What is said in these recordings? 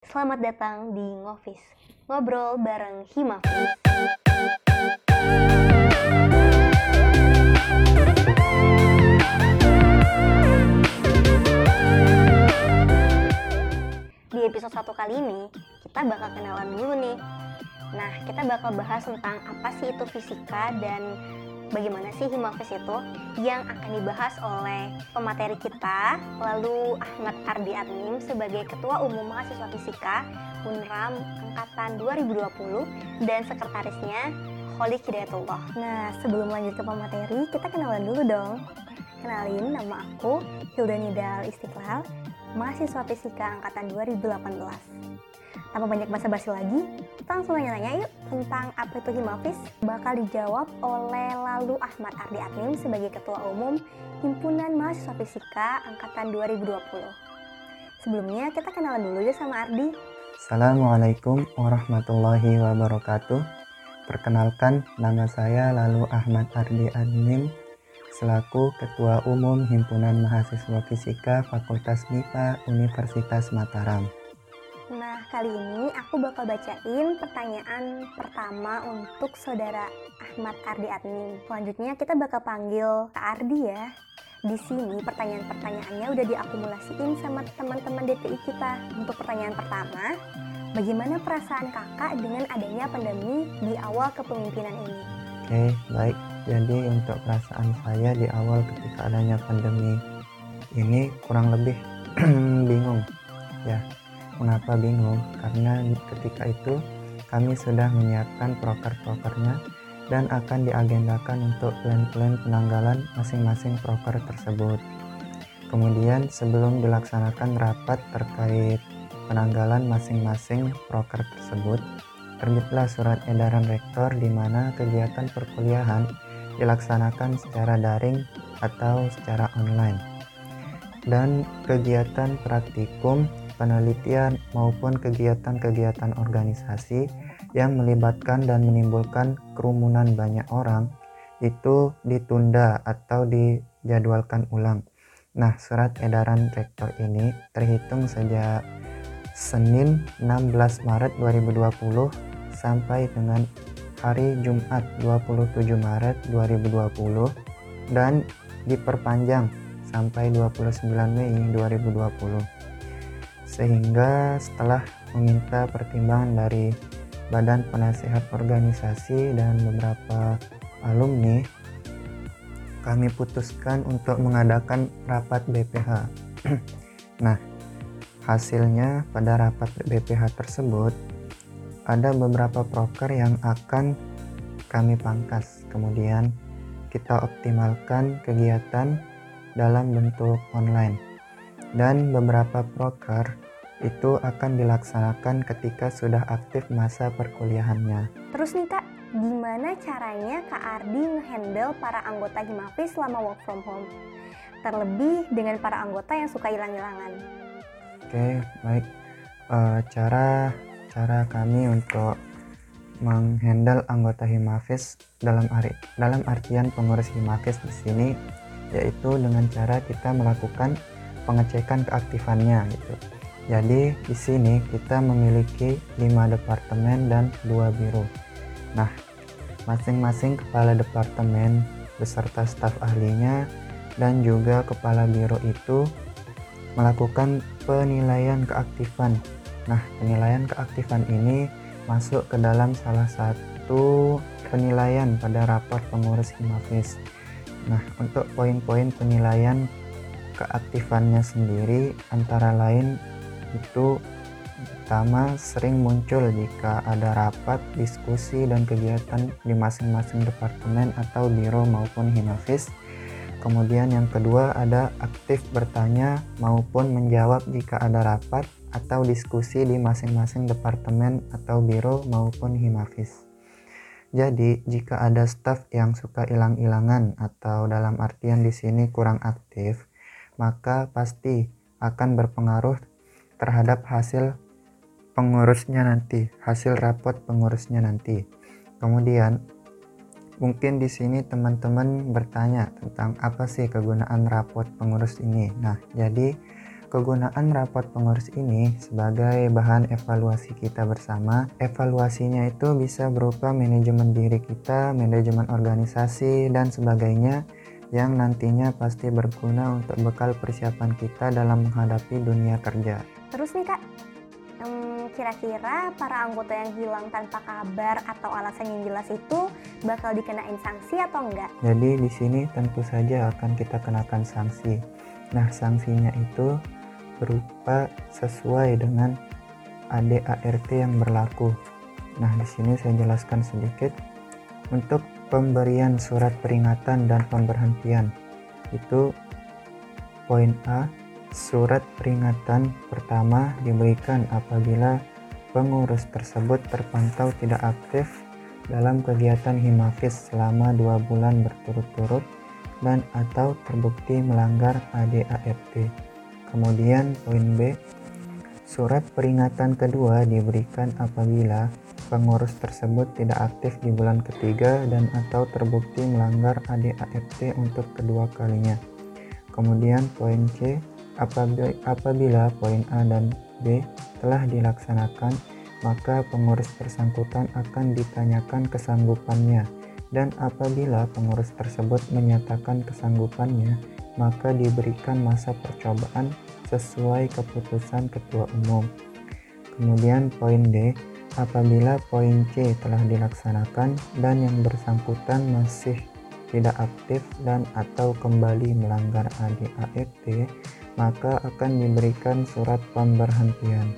Selamat datang di Ngofis, ngobrol bareng Himafis. Di episode 1 kali ini, kita bakal kenalan dulu nih. Nah, kita bakal bahas tentang apa sih itu fisika dan bagaimana sih Himafis itu, yang akan dibahas oleh pemateri kita, lalu Ahmad Ardi Adnim sebagai Ketua Umum Mahasiswa Fisika Unram Angkatan 2020 dan Sekretarisnya Kholik Hidayatullah. Nah, sebelum lanjut ke pemateri, kita kenalan dulu dong. Kenalin, nama aku Hilda Nidal Istiqlal, mahasiswa Fisika Angkatan 2018. Tanpa banyak basa-basi lagi, kita langsung nanya-nanya yuk tentang apa itu Himafis. Bakal dijawab oleh lalu Ahmad Ardi Adnim sebagai Ketua Umum Himpunan Mahasiswa Fisika Angkatan 2020. Sebelumnya kita kenalan dulu ya sama Ardi. Assalamualaikum warahmatullahi wabarakatuh. Perkenalkan, nama saya lalu Ahmad Ardi Adnim selaku Ketua Umum Himpunan Mahasiswa Fisika Fakultas MIPA Universitas Mataram. Nah, kali ini aku bakal bacain pertanyaan pertama untuk saudara Ahmad Ardi Adnim. Selanjutnya kita bakal panggil Kak Ardi ya. Di sini pertanyaan-pertanyaannya udah diakumulasiin sama teman-teman DPI kita. Untuk pertanyaan pertama, bagaimana perasaan kakak dengan adanya pandemi di awal kepemimpinan ini? Oke, baik. Jadi untuk perasaan saya di awal ketika adanya pandemi ini kurang lebih bingung ya. Kenapa bingung? Karena ketika itu kami sudah menyiapkan proker-prokernya dan akan diagendakan untuk plan-plan penanggalan masing-masing proker tersebut. Kemudian sebelum dilaksanakan rapat terkait penanggalan masing-masing proker tersebut, terbitlah surat edaran rektor di mana kegiatan perkuliahan dilaksanakan secara daring atau secara online. Dan kegiatan praktikum, penelitian maupun kegiatan-kegiatan organisasi yang melibatkan dan menimbulkan kerumunan banyak orang itu ditunda atau dijadwalkan ulang. Nah, surat edaran rektor ini terhitung sejak Senin 16 Maret 2020 sampai dengan hari Jumat 27 Maret 2020 dan diperpanjang sampai 29 Mei 2020. Sehingga setelah meminta pertimbangan dari Badan Penasehat Organisasi dan beberapa alumni, kami putuskan untuk mengadakan rapat BPH. Nah, hasilnya pada rapat BPH tersebut ada beberapa proker yang akan kami pangkas. Kemudian kita optimalkan kegiatan dalam bentuk online. Dan beberapa proker itu akan dilaksanakan ketika sudah aktif masa perkuliahannya. Terus nih Kak, gimana caranya Kak Ardi ngehandle para anggota Himafis selama work from home? Terlebih dengan para anggota yang suka hilang-hilangan. Oke, baik. Cara kami untuk menghandle anggota Himafis dalam artian pengurus Himafis di sini yaitu dengan cara kita melakukan pengecekan keaktifannya gitu. Jadi di sini kita memiliki 5 departemen dan 2 biro. Nah, masing-masing kepala departemen beserta staf ahlinya dan juga kepala biro itu melakukan penilaian keaktifan. Nah, penilaian keaktifan ini masuk ke dalam salah satu penilaian pada rapor pengurus Himafis. Nah, untuk poin-poin penilaian keaktifannya sendiri antara lain itu pertama, sering muncul jika ada rapat, diskusi, dan kegiatan di masing-masing departemen atau biro maupun Himafis. Kemudian yang kedua ada aktif bertanya maupun menjawab jika ada rapat atau diskusi di masing-masing departemen atau biro maupun Himafis. Jadi jika ada staf yang suka hilang-hilangan atau dalam artian di sini kurang aktif, maka pasti akan berpengaruh terhadap hasil pengurusnya nanti, hasil rapot pengurusnya nanti. Kemudian mungkin di sini teman-teman bertanya tentang apa sih kegunaan rapot pengurus ini. Nah, jadi kegunaan rapat pengurus ini sebagai bahan evaluasi kita bersama. Evaluasinya itu bisa berupa manajemen diri kita, manajemen organisasi, dan sebagainya yang nantinya pasti berguna untuk bekal persiapan kita dalam menghadapi dunia kerja. Terus nih Kak, kira-kira para anggota yang hilang tanpa kabar atau alasan yang jelas itu bakal dikenain sanksi atau enggak? Jadi di sini tentu saja akan kita kenakan sanksi. Nah, sanksinya itu berupa sesuai dengan ADART yang berlaku. Nah, di sini saya jelaskan sedikit. Untuk pemberian surat peringatan dan pemberhentian itu poin A, surat peringatan pertama diberikan apabila pengurus tersebut terpantau tidak aktif dalam kegiatan Himavis selama 2 bulan berturut-turut dan atau terbukti melanggar ADART. Kemudian poin B, surat peringatan kedua diberikan apabila pengurus tersebut tidak aktif di bulan ketiga dan atau terbukti melanggar ADART untuk kedua kalinya. Kemudian poin C, apabila poin A dan B telah dilaksanakan, maka pengurus bersangkutan akan ditanyakan kesanggupannya, dan apabila pengurus tersebut menyatakan kesanggupannya, maka diberikan masa percobaan sesuai keputusan ketua umum. Kemudian poin D, apabila poin C telah dilaksanakan dan yang bersangkutan masih tidak aktif dan atau kembali melanggar ADART, maka akan diberikan surat pemberhentian.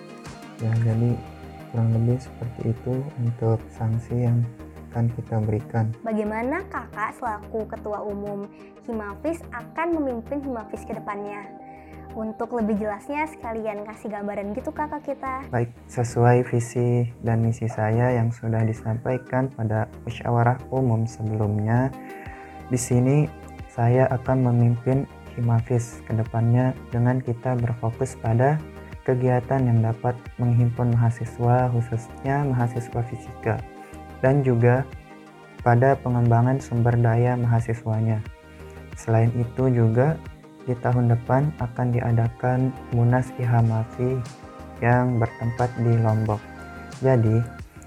Ya, jadi kurang lebih seperti itu untuk sanksi yang akan kita berikan. Bagaimana Kakak selaku ketua umum Himavis akan memimpin Himavis ke depannya? Untuk lebih jelasnya sekalian kasih gambaran gitu Kakak kita. Baik, sesuai visi dan misi saya yang sudah disampaikan pada musyawarah umum sebelumnya, di sini saya akan memimpin Himavis ke depannya dengan kita berfokus pada kegiatan yang dapat menghimpun mahasiswa, khususnya mahasiswa fisika, dan juga pada pengembangan sumber daya mahasiswanya. Selain itu juga di tahun depan akan diadakan Munas IHMAFI yang bertempat di Lombok. Jadi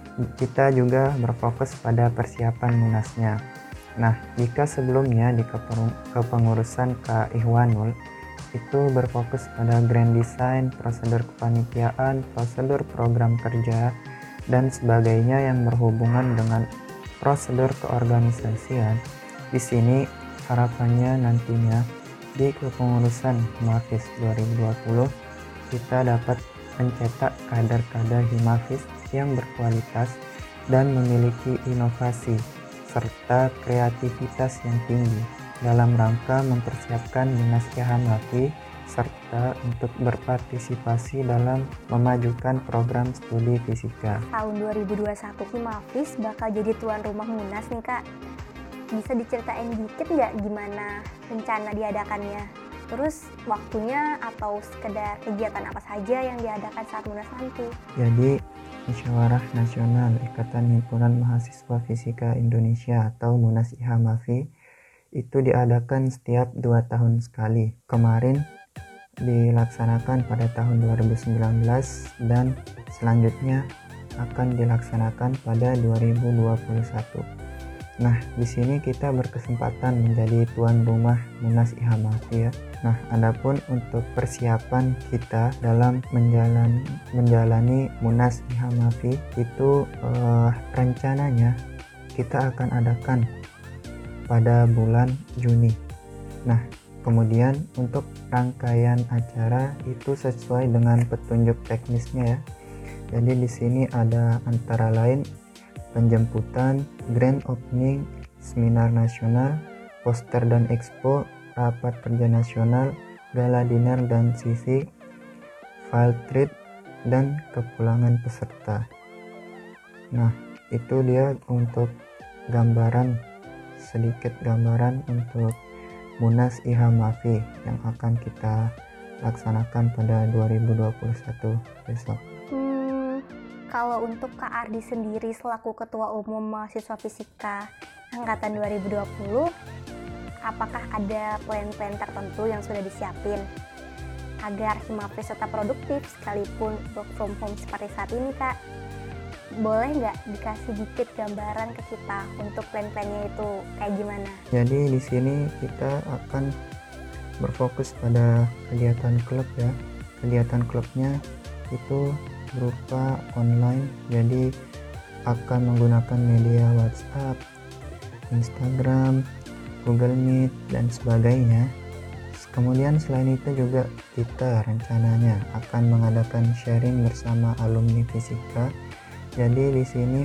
kita juga berfokus pada persiapan Munasnya. Nah, jika sebelumnya di kepengurusan K-Ihwanul itu berfokus pada grand design, prosedur kepanitiaan, prosedur program kerja, dan sebagainya yang berhubungan dengan prosedur keorganisasian. Di sini harapannya nantinya di kepengurusan Himavis 2020 kita dapat mencetak kader-kader Himavis yang berkualitas dan memiliki inovasi serta kreativitas yang tinggi dalam rangka mempersiapkan Munas IHMAFI serta untuk berpartisipasi dalam memajukan program studi fisika. Tahun 2021 Himavis bakal jadi tuan rumah Munas nih Kak. Bisa diceritain dikit nggak gimana rencana diadakannya? Terus waktunya atau sekedar kegiatan apa saja yang diadakan saat Munas nanti? Jadi Musyawarah Nasional Ikatan Himpunan Mahasiswa Fisika Indonesia atau Munas IHMAFI itu diadakan setiap 2 tahun sekali. Kemarin dilaksanakan pada tahun 2019 dan selanjutnya akan dilaksanakan pada 2021. Nah, di sini kita berkesempatan menjadi tuan rumah Munas IHMAFI ya. Nah, adapun untuk persiapan kita dalam menjalani Munas IHMAFI itu rencananya kita akan adakan pada bulan Juni. Nah, kemudian untuk rangkaian acara itu sesuai dengan petunjuk teknisnya ya. Jadi di sini ada antara lain penjemputan, grand opening, seminar nasional, poster dan expo, rapat kerja nasional, gala dinner dan sisi, field trip, dan kepulangan peserta. Nah, itu dia untuk sedikit gambaran untuk Munas IHMAFI yang akan kita laksanakan pada 2021 besok. Kalau untuk Kak Ardi sendiri selaku Ketua Umum Mahasiswa Fisika Angkatan 2020, apakah ada plan-plan tertentu yang sudah disiapin? agar Himafis tetap produktif sekalipun work from home seperti saat ini, Kak? Boleh nggak dikasih dikit gambaran ke kita untuk plan-plannya itu kayak gimana? Jadi di sini kita akan berfokus pada kegiatan klub ya. Kegiatan klubnya itu berupa online, jadi akan menggunakan media WhatsApp, Instagram, Google Meet, dan sebagainya. Kemudian selain itu juga kita rencananya akan mengadakan sharing bersama alumni fisika. Jadi di sini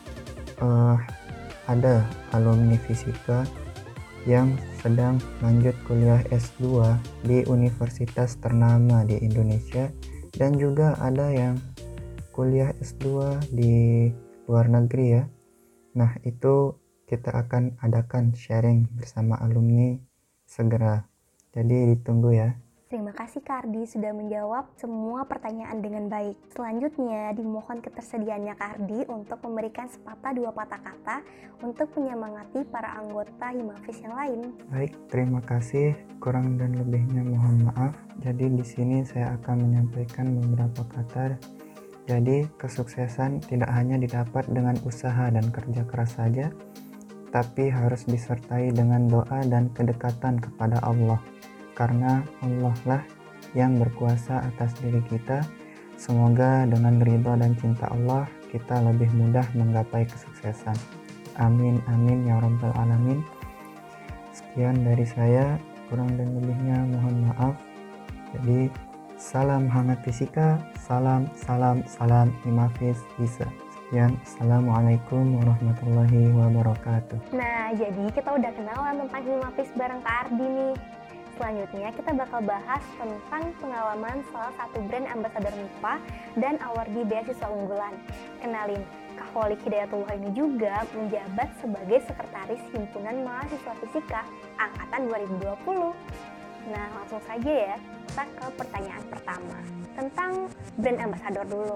ada alumni fisika yang sedang lanjut kuliah S2 di universitas ternama di Indonesia, dan juga ada yang kuliah S2 di luar negeri ya. Nah, itu kita akan adakan sharing bersama alumni segera. Jadi ditunggu ya. Terima kasih Kak Ardi sudah menjawab semua pertanyaan dengan baik. Selanjutnya dimohon ketersediaannya Kak Ardi untuk memberikan sepatah dua patah kata untuk menyemangati para anggota Himafis yang lain. Baik, terima kasih. Kurang dan lebihnya mohon maaf. Jadi di sini saya akan menyampaikan beberapa kata. Jadi kesuksesan tidak hanya didapat dengan usaha dan kerja keras saja, tapi harus disertai dengan doa dan kedekatan kepada Allah. Karena Allah lah yang berkuasa atas diri kita. Semoga dengan ridha dan cinta Allah kita lebih mudah menggapai kesuksesan. Amin amin ya rabbal alamin. Sekian dari saya, kurang dan lebihnya mohon maaf. Jadi salam hangat fisika, salam Himafis bisa. Sekian, assalamualaikum warahmatullahi wabarakatuh. Nah, jadi kita udah kenalan tentang Himafis bareng Kak Ardi nih. Selanjutnya kita bakal bahas tentang pengalaman salah satu brand ambasador MIPA dan awardi beasiswa unggulan. Kenalin, Kak Holik Hidayatullah ini juga menjabat sebagai Sekretaris Himpunan Mahasiswa Fisika Angkatan 2020. Nah, langsung saja ya, kita ke pertanyaan pertama. Tentang brand ambasador dulu.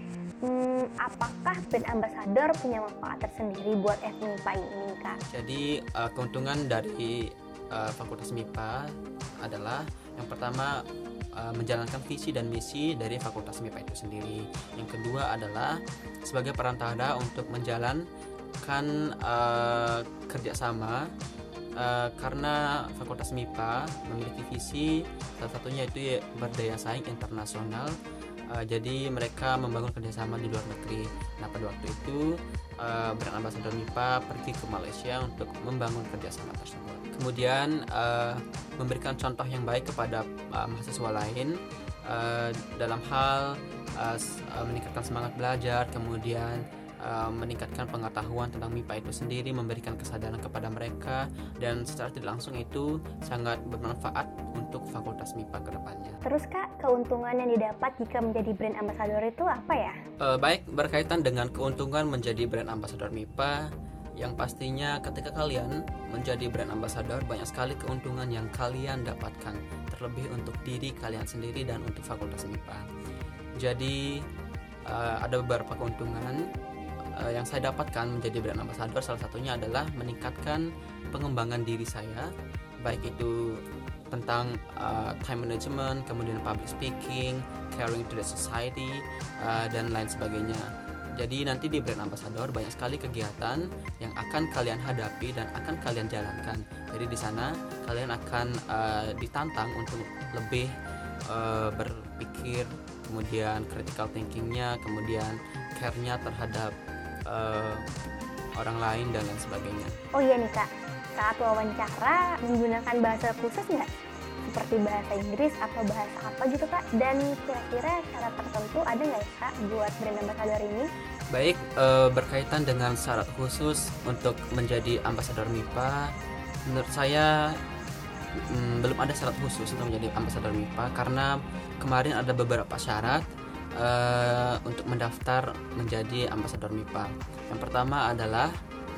Apakah brand ambasador punya manfaat tersendiri buat FMIPA ini, Kak? Jadi keuntungan dari Fakultas MIPA adalah yang pertama menjalankan visi dan misi dari Fakultas MIPA itu sendiri. Yang kedua adalah sebagai perantara untuk menjalankan kerjasama karena Fakultas MIPA memiliki visi salah satunya itu berdaya saing internasional. Jadi mereka membangun kerjasama di luar negeri. Nah, pada waktu itu brand ambasador MIPA pergi ke Malaysia untuk membangun kerjasama tersebut. Kemudian memberikan contoh yang baik kepada mahasiswa lain dalam hal meningkatkan semangat belajar, kemudian meningkatkan pengetahuan tentang MIPA itu sendiri, memberikan kesadaran kepada mereka, dan secara tidak langsung itu sangat bermanfaat untuk Fakultas MIPA ke depannya. Terus Kak, keuntungan yang didapat jika menjadi brand ambassador itu apa ya? Baik, berkaitan dengan keuntungan menjadi brand ambassador MIPA, yang pastinya ketika kalian menjadi brand ambassador, banyak sekali keuntungan yang kalian dapatkan, terlebih untuk diri kalian sendiri dan untuk Fakultas MIPA. Jadi ada beberapa keuntungan yang saya dapatkan menjadi brand ambassador. Salah satunya adalah meningkatkan pengembangan diri saya, baik itu tentang time management, kemudian public speaking, caring to the society, dan lain sebagainya. Jadi nanti di brand ambassador banyak sekali kegiatan yang akan kalian hadapi dan akan kalian jalankan. Jadi di sana kalian akan ditantang untuk lebih berpikir, kemudian critical thinkingnya, kemudian care-nya terhadap orang lain dan lain sebagainya. Oh iya nih Kak, saat wawancara menggunakan bahasa khusus nggak? Seperti bahasa Inggris atau bahasa apa gitu Kak? Dan kira-kira syarat tertentu ada nggak ya Kak buat brand ambassador ini? Baik, berkaitan dengan syarat khusus untuk menjadi ambasador MIPA, menurut saya belum ada syarat khusus untuk menjadi ambasador MIPA, karena kemarin ada beberapa syarat untuk mendaftar menjadi ambasador MIPA. Yang pertama adalah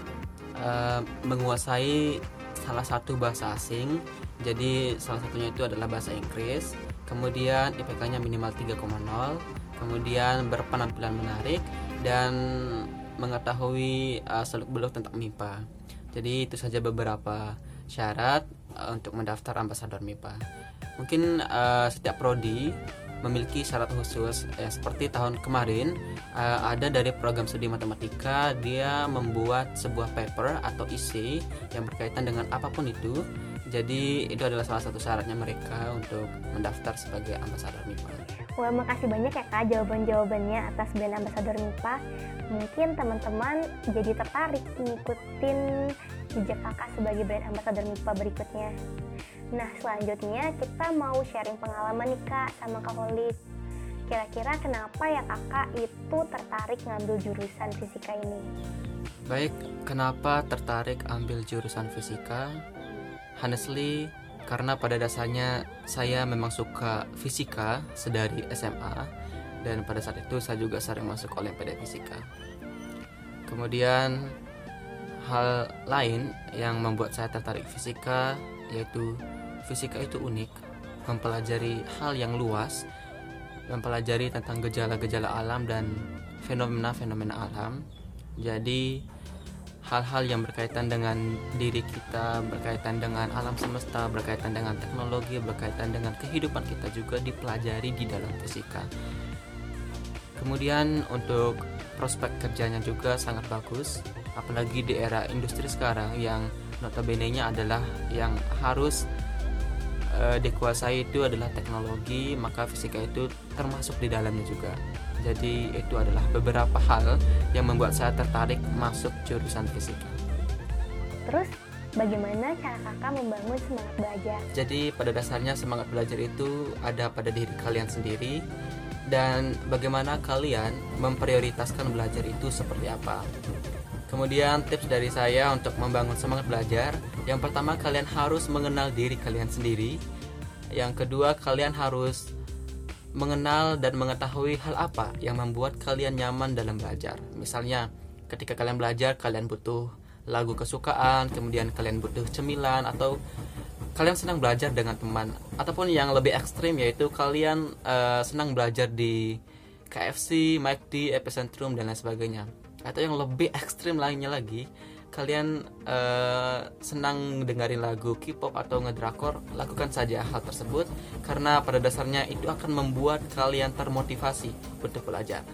menguasai salah satu bahasa asing. Jadi salah satunya itu adalah bahasa Inggris. Kemudian IPK-nya minimal 3,0. Kemudian berpenampilan menarik dan mengetahui seluk-beluk tentang MIPA. Jadi itu saja beberapa syarat untuk mendaftar ambasador MIPA. Mungkin setiap prodi memiliki syarat khusus, seperti tahun kemarin ada dari program studi matematika, dia membuat sebuah paper atau essay yang berkaitan dengan apapun itu. Jadi itu adalah salah satu syaratnya mereka untuk mendaftar sebagai ambasador MIPA. Wah, makasih banyak ya Kak jawaban-jawabannya atas brand ambasador MIPA. Mungkin teman-teman jadi tertarik ngikutin jejak Kakak sebagai brand ambasador MIPA berikutnya. Nah, selanjutnya kita mau sharing pengalaman nih Kak sama Kak Holid. Kira-kira kenapa ya Kakak itu tertarik ngambil jurusan fisika ini? Baik, kenapa tertarik ambil jurusan fisika? Honestly, karena pada dasarnya saya memang suka fisika sedari SMA, dan pada saat itu saya juga sering masuk Olimpiade Fisika. Kemudian hal lain yang membuat saya tertarik fisika yaitu fisika itu unik, mempelajari hal yang luas, mempelajari tentang gejala-gejala alam dan fenomena-fenomena alam. Jadi hal-hal yang berkaitan dengan diri kita, berkaitan dengan alam semesta, berkaitan dengan teknologi, berkaitan dengan kehidupan kita juga dipelajari di dalam fisika. Kemudian untuk prospek kerjanya juga sangat bagus, apalagi di era industri sekarang yang notabene-nya adalah yang harus dikuasai itu adalah teknologi, maka fisika itu termasuk di dalamnya juga. Jadi itu adalah beberapa hal yang membuat saya tertarik masuk jurusan fisika. Terus bagaimana cara Kakak membangun semangat belajar? Jadi pada dasarnya semangat belajar itu ada pada diri kalian sendiri, dan bagaimana kalian memprioritaskan belajar itu seperti apa. Kemudian tips dari saya untuk membangun semangat belajar, yang pertama kalian harus mengenal diri kalian sendiri. Yang kedua, kalian harus mengenal dan mengetahui hal apa yang membuat kalian nyaman dalam belajar. Misalnya, ketika kalian belajar, kalian butuh lagu kesukaan, kemudian kalian butuh cemilan, atau kalian senang belajar dengan teman. Ataupun yang lebih ekstrim yaitu kalian senang belajar di KFC, McD, Epicentrum, dan lain sebagainya. Atau yang lebih ekstrim lainnya lagi, kalian senang dengerin lagu K-pop atau ngedrakor, lakukan saja hal tersebut karena pada dasarnya itu akan membuat kalian termotivasi untuk belajar.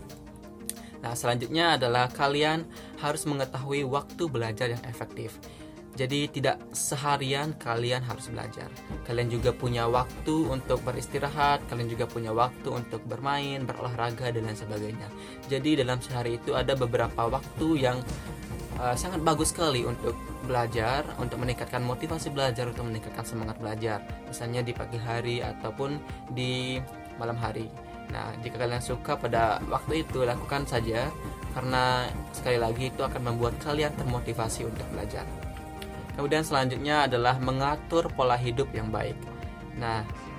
Nah, selanjutnya adalah kalian harus mengetahui waktu belajar yang efektif. Jadi tidak seharian kalian harus belajar. Kalian juga punya waktu untuk beristirahat, kalian juga punya waktu untuk bermain, berolahraga, dan lain sebagainya. Jadi dalam sehari itu ada beberapa waktu yang sangat bagus sekali untuk belajar, untuk meningkatkan motivasi belajar, untuk meningkatkan semangat belajar. Misalnya di pagi hari ataupun di malam hari. Nah, jika kalian suka pada waktu itu, lakukan saja, karena sekali lagi itu akan membuat kalian termotivasi untuk belajar. Kemudian selanjutnya adalah mengatur pola hidup yang baik. Nah,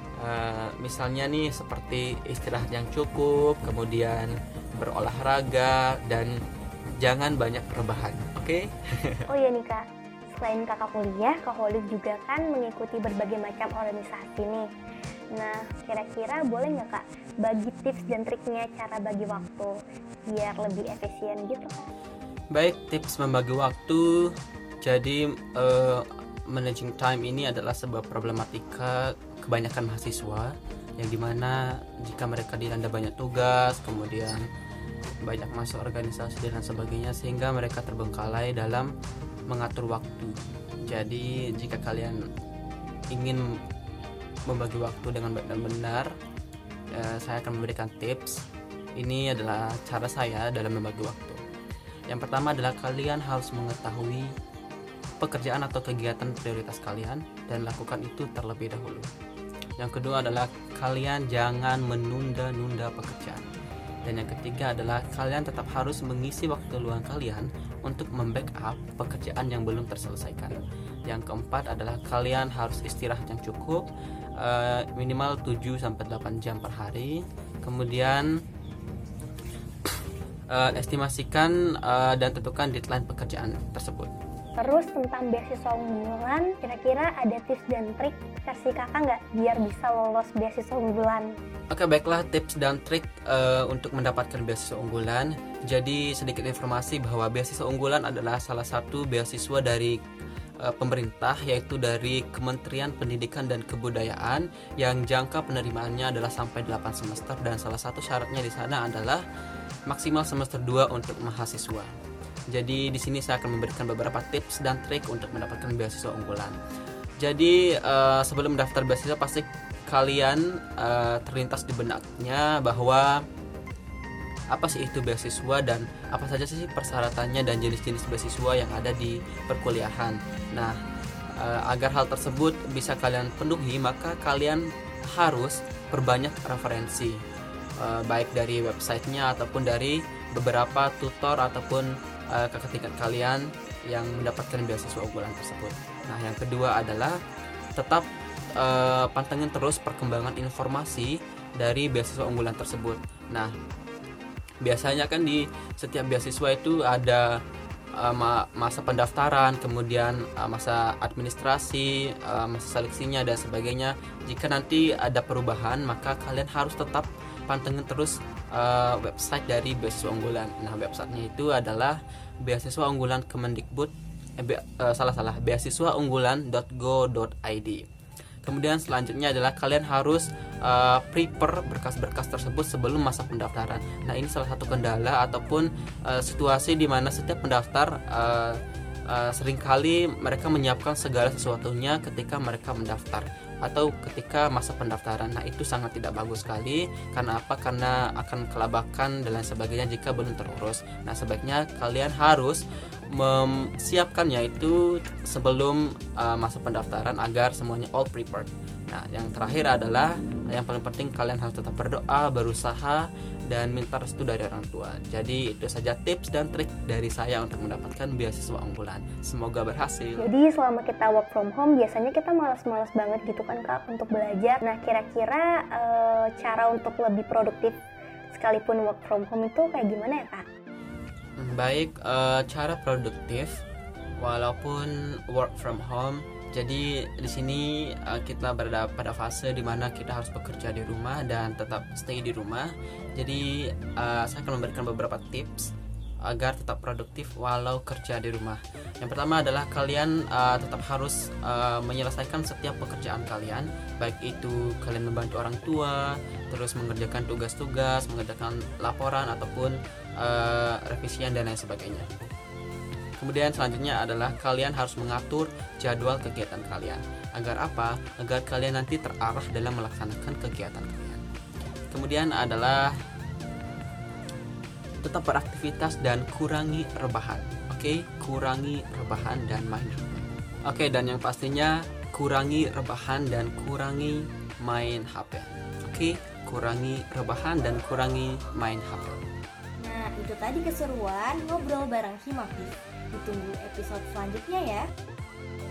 misalnya nih seperti istirahat yang cukup, kemudian berolahraga, dan jangan banyak rebahan, oke? Oh iya nih Kak, selain Kakak kuliah, Kak Holid juga kan mengikuti berbagai macam organisasi nih. Nah, kira-kira boleh nggak Kak bagi tips dan triknya cara bagi waktu biar lebih efisien gitu Kak? Baik, tips membagi waktu. Jadi managing time ini adalah sebuah problematika kebanyakan mahasiswa, yang dimana jika mereka dilanda banyak tugas, kemudian banyak masuk organisasi dan sebagainya, sehingga mereka terbengkalai dalam mengatur waktu. Jadi jika kalian ingin membagi waktu dengan baik dan benar, saya akan memberikan tips. Ini adalah cara saya dalam membagi waktu. Yang pertama adalah kalian harus mengetahui pekerjaan atau kegiatan prioritas kalian dan lakukan itu terlebih dahulu. Yang kedua adalah kalian jangan menunda-nunda pekerjaan. Dan yang ketiga adalah kalian tetap harus mengisi waktu luang kalian untuk membackup pekerjaan yang belum terselesaikan. Yang keempat adalah kalian harus istirahat yang cukup, minimal 7-8 jam per hari. Kemudian estimasikan dan tentukan deadline pekerjaan tersebut. Terus tentang beasiswa unggulan, kira-kira ada tips dan trik versi Kakak nggak biar bisa lolos beasiswa unggulan? Oke, baiklah, tips dan trik untuk mendapatkan beasiswa unggulan. Jadi sedikit informasi bahwa beasiswa unggulan adalah salah satu beasiswa dari pemerintah, yaitu dari Kementerian Pendidikan dan Kebudayaan, yang jangka penerimaannya adalah sampai 8 semester, dan salah satu syaratnya di sana adalah maksimal semester 2 untuk mahasiswa. Jadi di sini saya akan memberikan beberapa tips dan trik untuk mendapatkan beasiswa unggulan. Jadi sebelum mendaftar beasiswa pasti kalian terlintas di benaknya bahwa apa sih itu beasiswa dan apa saja sih persyaratannya dan jenis-jenis beasiswa yang ada di perkuliahan. Nah, agar hal tersebut bisa kalian penuhi, maka kalian harus perbanyak referensi, baik dari websitenya ataupun dari beberapa tutor ataupun kakak tingkat kalian yang mendapatkan beasiswa unggulan tersebut. Nah, yang kedua adalah tetap pantengin terus perkembangan informasi dari beasiswa unggulan tersebut. Nah, biasanya kan di setiap beasiswa itu ada masa pendaftaran, kemudian masa administrasi, masa seleksinya dan sebagainya. Jika nanti ada perubahan, maka kalian harus tetap pantengin terus website dari beasiswa unggulan. Nah, websitenya itu adalah beasiswa unggulan Kemendikbud beasiswaunggulan.go.id. Kemudian selanjutnya adalah kalian harus prepare berkas-berkas tersebut sebelum masa pendaftaran. Nah, ini salah satu kendala ataupun situasi di mana setiap pendaftar seringkali mereka menyiapkan segala sesuatunya ketika mereka mendaftar atau ketika masa pendaftaran. Nah, itu sangat tidak bagus sekali. Karena apa? Karena akan kelabakan dan lain sebagainya jika belum terurus. Nah, sebaiknya kalian harus memsiapkannya itu sebelum masa pendaftaran agar semuanya all prepared. Nah, yang terakhir adalah yang paling penting, kalian harus tetap berdoa, berusaha, dan minta restu dari orang tua. Jadi itu saja tips dan trik dari saya untuk mendapatkan beasiswa unggulan. Semoga berhasil. Jadi selama kita work from home biasanya kita malas-malas banget gitu kan Kak untuk belajar. Nah, kira-kira cara untuk lebih produktif sekalipun work from home itu kayak gimana ya Kak? Baik, cara produktif walaupun work from home. Jadi di sini kita berada pada fase di mana kita harus bekerja di rumah dan tetap stay di rumah. Jadi saya akan memberikan beberapa tips agar tetap produktif walau kerja di rumah. Yang pertama adalah kalian tetap harus menyelesaikan setiap pekerjaan kalian, baik itu kalian membantu orang tua, terus mengerjakan tugas-tugas, mengerjakan laporan ataupun revisian dan lain sebagainya. Kemudian selanjutnya adalah kalian harus mengatur jadwal kegiatan kalian. Agar apa? Agar kalian nanti terarah dalam melaksanakan kegiatan kalian. Kemudian adalah tetap beraktivitas dan kurangi rebahan. Oke, kurangi rebahan dan main HP. Oke, dan yang pastinya kurangi rebahan dan kurangi main HP. Oke, kurangi rebahan dan kurangi main HP. Nah, itu tadi keseruan ngobrol bareng Himafis. Ditunggu episode selanjutnya ya.